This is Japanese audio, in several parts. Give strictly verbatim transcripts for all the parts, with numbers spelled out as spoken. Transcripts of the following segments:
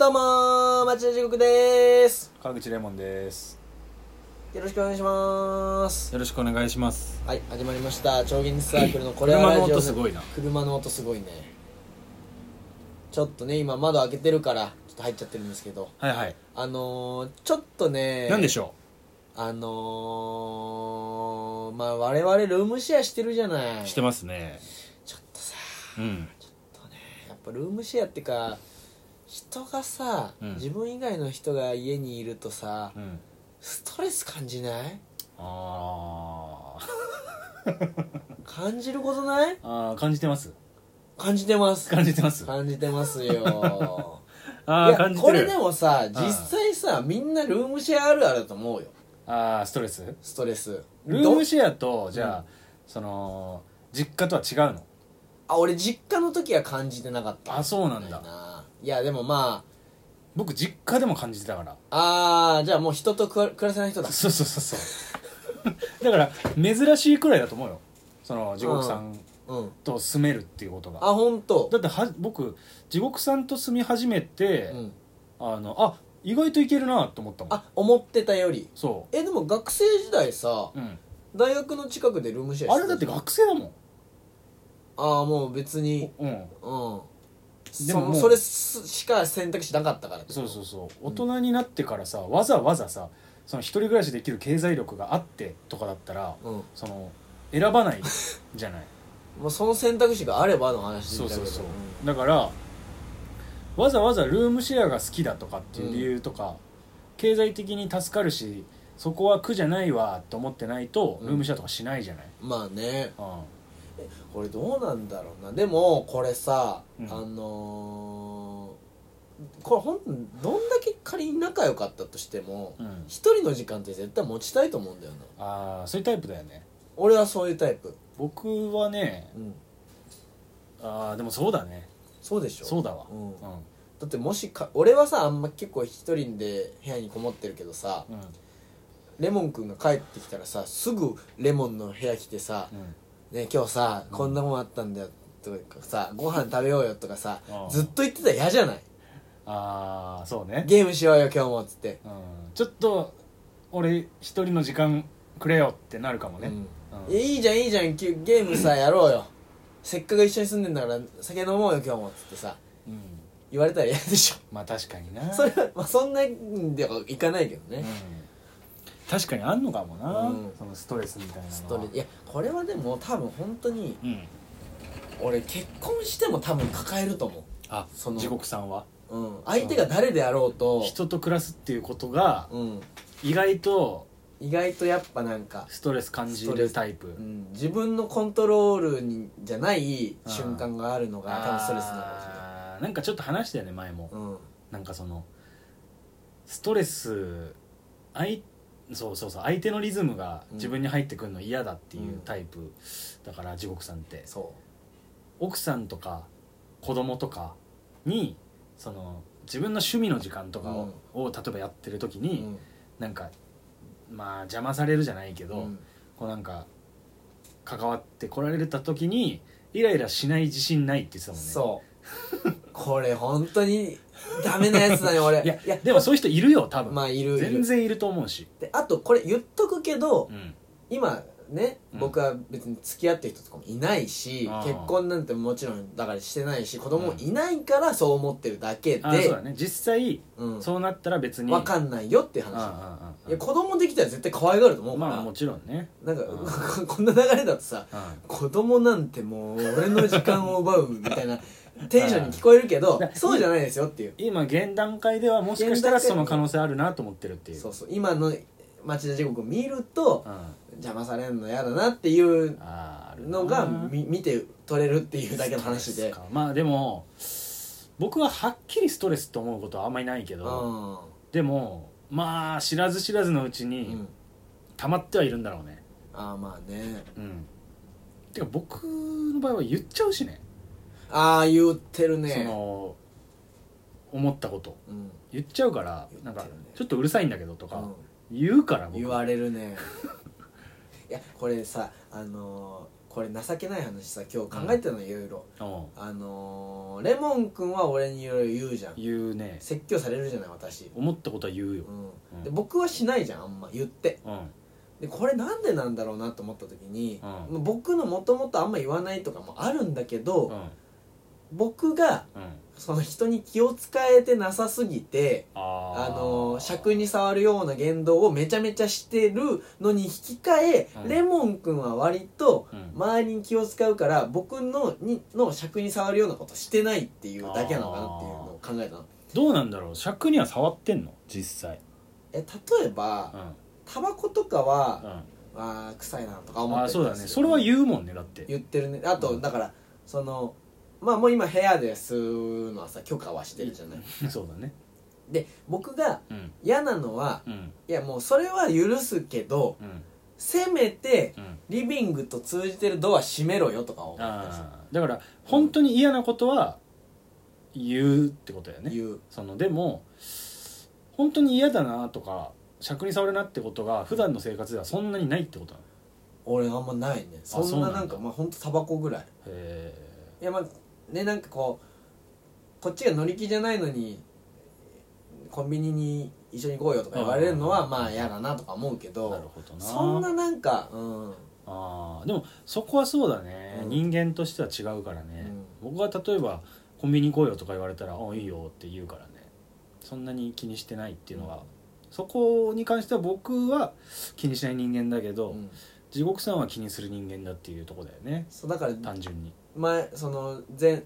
どうもー、町田地獄でーす。 川口レモンです。 よろしくお願いします。 よろしくお願いします。 はい、始まりました超現実サークルのこれはラジオ。 車の音すごいな。 車の音すごいね。ちょっとね、今窓開けてるからちょっと入っちゃってるんですけど、 はいはい。 あのー、ちょっとね、 なんでしょあのー、まあ我々ルームシェアしてるじゃない。 う。してますね。 ちょっとさ、 うんちょっとね、やっぱルームシェアってか人がさ、 うん自分以外の人が家にいるとさ、 うんストレス感じない？ あ感じることない？ ーあー感じてます。 感じてます感じてます。 感じてますよあいやあ感じてる。 これでもさ、実際さ、みんなルームシェアあるあるだと思うよ。 ああストレス。 ストレスルームどシェアとじゃあ、 うんその実家とは違うの。 あ、俺実家の時は感じてなかった。 あそうなんだ。 いやでもま僕実家でも感じてたから。 ああーじゃあもう人と暮らせない人だ。 そうそうそうそうだから珍しいくらいだと思うよ。その地獄さんうんと住めるっていうことが。 あ、本当。 だっては僕地獄さんと住み始めて、 うんあのあ意外といけるなと思ったもん。 あ、思ってたより。 そえでも学生時代さ、 う、うん、 大学の近くでルームシェアしてたあれだって学生だもん。 ああもう別にうんうんでももうそそれしか選択肢なかったから。 そうそうそう大人になってからさ、わざわざさその一人暮らしできる経済力があってとかだったら、 うん、 その選ばないじゃないもうその選択肢があればの話だけど。 そうそうそう、だからわざわざルームシェアが好きだとかっていう理由とか、経済的に助かるしそこは苦じゃないわって思ってないとルームシェアとかしないじゃない、 うん、まあね、 うんこれどうなんだろうな。でもこれさ、 うんあのー、これ本当にどんだけ仮に仲良かったとしてもうん一人の時間って絶対持ちたいと思うんだよな。 ああそういうタイプだよね。 俺はそういうタイプ。 僕はね、 うん、 ああでもそうだね。 そうでしょ。 そうだわ、 うんうんだってもしか俺はさあんま結構一人で部屋にこもってるけどさ、 うんレモンくんが帰ってきたらさすぐレモンの部屋来てさ、 うんね、今日さこんなもんあったんだよとかさ、ご飯食べようよとかさうんずっと言ってたら嫌じゃない？ ああそうね、 ゲームしようよ今日もっつって、 うん、ちょっと俺一人の時間くれよってなるかもね、 うんうんいやいいじゃんいいじゃんゲームさやろうよせっかく一緒に住んでんだから酒飲もうよ今日もっつってさうん、 言われたら嫌でしょ。 まあ確かになそれは、まあ、そんなんではいかないけどね、 うん、確かにあんのかもな、 うんそのストレスみたいなのはストレスいやこれはでも多分本当にうん俺結婚しても多分抱えると思あその地獄さんはう、うん、相手が誰であろうと、 人と暮らすっていうことがうん、 意外と意外とやっぱなんか、 ストレス感じるタイプ、 うん、自分のコントロールにじゃない瞬間があるのが多分ストレスなのかもしれない。 あーなんかちょっと話したよね前も、 うんなんかそのストレス相そうそうそう相手のリズムが自分に入ってくるの嫌だっていうタイプ、だから地獄さんってそ奥さんとか子供とかにその自分の趣味の時間とかを,、を例えばやってる時う、 に、 うんなんかまあ邪魔されるじゃないけど、 うんこうなんか関わってこられた時にイライラしない自信ないって言ってたもんね。 そうこれ本当にダメなやつだね俺。 いやいやでもそういう人いるよ多分、 まあいるいる全然いると思うし、 であとこれ言っとくけど、 うん今ね、 うん僕は別に付き合ってる人とかもいないし、 あー結婚なんてもちろんだからしてないし子供もいないからそう思ってるだけで、 あそうだね実際うん、 そうなったら別に分かんないよっていう話。 ああああいや子供できたら絶対可愛がると思うから、 まあもちろんね、 なんか、 うこんな流れだとさうん子供なんてもう俺の時間を奪うみたいなテンションに聞こえるけど、 うんそうじゃないですよっていう。 今現段階ではもしかしたらその可能性あるなと思ってるっていう。 そうそう今の町田地獄を見ると、 うん、 邪魔されるの嫌だなっていうあーあるなのがみ見て取れるっていうだけの話で。 まあでも僕ははっきりストレスと思うことはあんまりないけうど、 んでもまあ知らず知らずのうちうにん溜まってはいるんだろうね。 ああまあね。 うんてか僕の場合は言っちゃうしね、 ああ言ってるそね。 の思ったことうん言っちゃうから、なんか言ってるねちょっとうるさいんだけどとかうん言うから僕言われるねいやこれさあのーこれ情けない話さ今日考えてるのいろいろおうあのー、レモン君は俺にいろいろ言うじゃん言うね。 説教されるじゃない私、 思ったことは言うよ。 うんうんで僕はしないじゃんあんま言ってうんでこれなんでなんだろうなと思った時に、 うん僕のもともとあんま言わないとかもあるんだけど、 うん僕がうんその人に気を使えてなさすぎてああの尺に触るような言動をめちゃめちゃしてるのに引き換え、 うんレモン君は割とうん周りに気を使うから僕のにの尺に触るようなことしてないっていうだけなのかなっていうのを考えたの。 どうなんだろう、尺には触ってんの実際。 え例えばうんタバコとかは、 うんあー臭いなとか思あってそうだね、それは言うもんね。だって言ってるねあと、 うんだからそのまあもう今部屋で吸うのはさ許可はしてるじゃないそうだね。 で僕がうん嫌なのはうんいやもうそれは許すけどうんせめてうんリビングと通じてるドア閉めろよとか思ったりさあーだから本当に嫌なことは言うってことだよね。 言うそのでも本当に嫌だなとか尺に触るなってことが普段の生活ではそんなにないってことなの。 俺あんまないねそそうんなんだななんかまあほんとタバコぐらいへいやまあねなんかこうこっちが乗り気じゃないのにコンビニに一緒に行こうよとか言われるのはうんまあ嫌だなとか思うけえ、なるどほどな。 そんななんかうんあーでもそこはそうだね、 うん人間としては違うからね、僕は例えばコンビニ行こうよとか言われたら「あいいよ」って言うからね。そんなに気にしてないっていうのは、そこに関しては僕は気にしない人間だけど、 うん地獄さんは気にする人間だっていうところだよね、 そうだから単純に。 前その前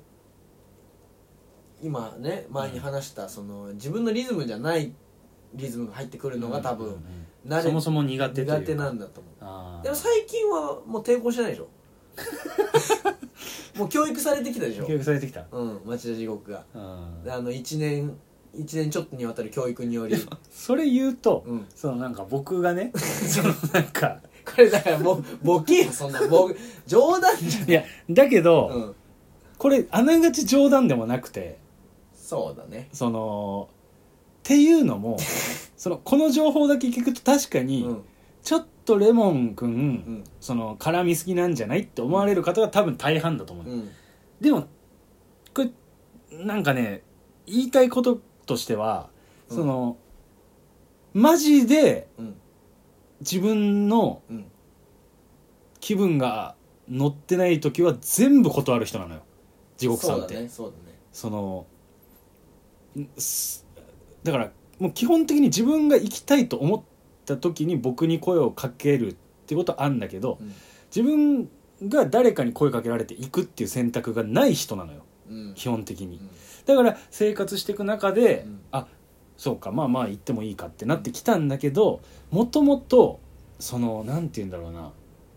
今ね前に話したその自分のリズムじゃないリズムが入ってくるのが多分うんうんうん慣れそもそも苦手というか苦手なんだと思うあーでも最近はもう抵抗してないでしょもう教育されてきたでしょ教育されてきた。 うん町田地獄がうんであのいちねんいちねんちょっとにわたる教育によりそれ言うと、 うんそのなんか僕がねそのなんかこれだからもうボケよそんな僕冗談じゃんいやだけど、 うんこれあながち冗談でもなくて、 そうだねそのっていうのもそのこの情報だけ聞くと確かに、 うんちょっとレモン君、 うんその絡みすぎなんじゃないって思われる方が多分大半だと思う、 うんでもこれなんかね言いたいこととしては、 うんそのマジでうん自分のうん気分が乗ってない時は全部断る人なのよ地獄さんって。 そうだねそうだねそのんすだからもう基本的に自分が行きたいと思った時に僕に声をかけるってことはあるんだけど、 うん自分が誰かに声かけられて行くっていう選択がない人なのようん基本的に。 うんだから生活していく中で、 うんあそうかまあまあ行ってもいいかってなってきたんだけど、もともとそのなんて言うんだろうな、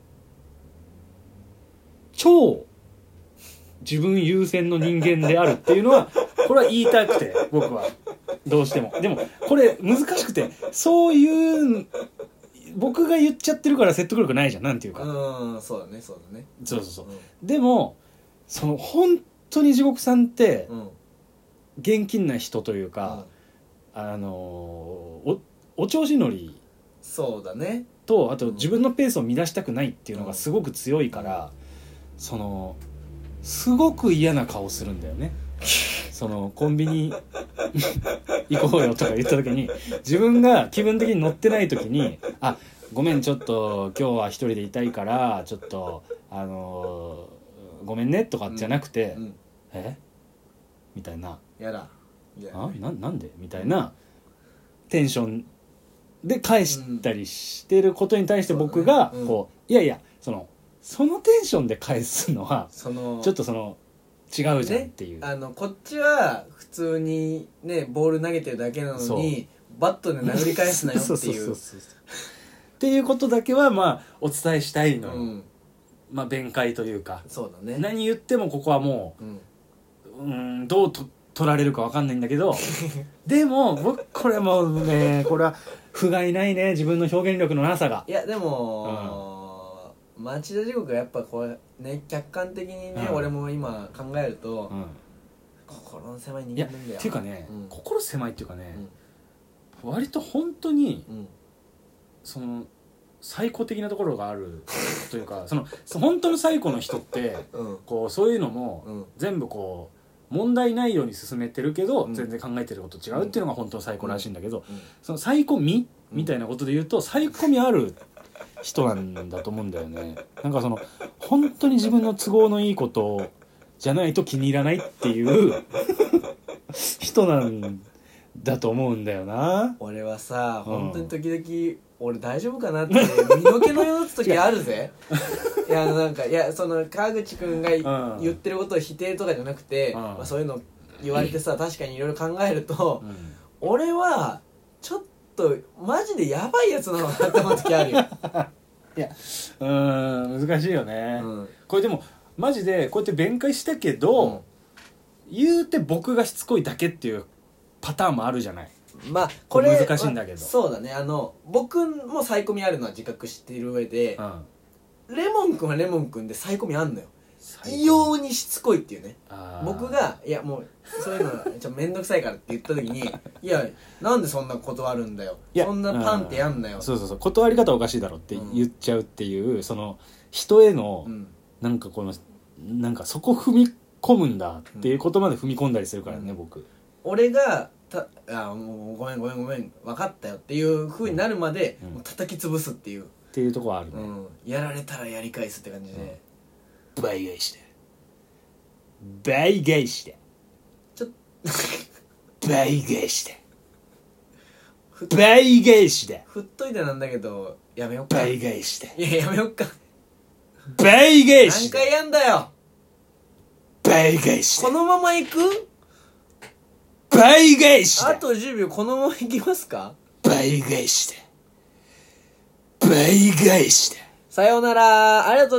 超自分優先の人間であるっていうのはこれは言いたくて僕はどうしても。でもこれ難しくて、そういう僕が言っちゃってるから説得力ないじゃん、なんていうか、 うんそうだねそうだねそうそうそう、 うんでもその本当に地獄さんってうん現金な人というか、あのおお調子乗りそうだねと、あと自分のペースを乱したくないっていうのがすごく強いから、そのすごく嫌な顔するんだよねそのコンビニ行こうよとか言った時に自分が気分的に乗ってない時に、あごめんちょっと今日は一人でいたいからちょっとあのーごめんねとかじゃなくて、 うんえみたいな、 やだいやあななんでみたいなテンションで返したりしてることに対して僕がうんこう、いやいやそのそのテンションで返すのはそのちょっとその違うじゃんっていう、 ね、あのこっちは普通にねボール投げてるだけなのそうにバットで殴り返すなよってそういうそうそうそうっていうことだけはまあお伝えしたいのよ、 うんまあ弁解というか、 そうだね何言ってもここはもうんううーんどうと取られるか分かんないんだけどでも僕これもうねこれは不甲斐ないね、自分の表現力のなさが。 いやでも、町田地獄はやっぱこうね客観的にね、 うん俺も今考えると、 うん心の狭い人いや間なんだよっていうかね、 うん心狭いっていうかね、割と本当にうんそのサイコ的なところがあるというかその本当のサイコの人ってうんこうそういうのうもん全部こう問題ないように進めてるけど、 うん全然考えてること違うっていうのが本当のサイコらしいんだけど、 うんそのサイコ味みたいなことで言うとサイコ味ある人なんだと思うんだよね。なんかその本当に自分の都合のいいことじゃないと気に入らないっていう人なんだと思うんだよな。 俺はさ、 うん本当に時々俺大丈夫かなって身の毛のような時あるぜいやなんかいやその川口くんがうん言ってることを否定とかじゃなくて、 うんまあ、そういうの言われてさ確かにいろいろ考えると、 うん俺はちょっとマジでヤバいやつなのかなって思う時あるよ、 いやうーん難しいよね、 うんこれでもマジでこうやって弁解したけど、言うて僕がしつこいだけっていうパターンもあるじゃない。 まあこれ難しいんだけどまあそうだねあの僕もサイコミあるのは自覚している上で、 うん、 レモンくんはレモンくんでサイコミあんのよ。 最高異様にしつこいっていうね。 あー僕がいやもうそういうのはちょっと面倒くさいからって言った時にいやなんでそんな断るんだよ、 いやそんなパンってやんなよ、 そうそうそう断り方おかしいだろって言っちゃうっていう、その人へのうんなんかこのなんかそこ踏み込むんだっていうことまで踏み込んだりするからね、 うん僕。 俺がたあもうごめんごめんごめん分かったよっていう風になるまで、 うんもう叩き潰すっていう、 っていうところはあるね、 うん、やられたらやり返すって感じで、 倍返しで倍返しでちょっ倍返しで倍返しで振っといてなんだけどやめよっか。 倍返しでいややめよっか。 倍返しで何回やんだよ。 倍返しでこのまま行く？ 倍返しであとじゅうびょうこのまま行きますか？ 倍返しで倍返しでさようなら。ありがとうございます。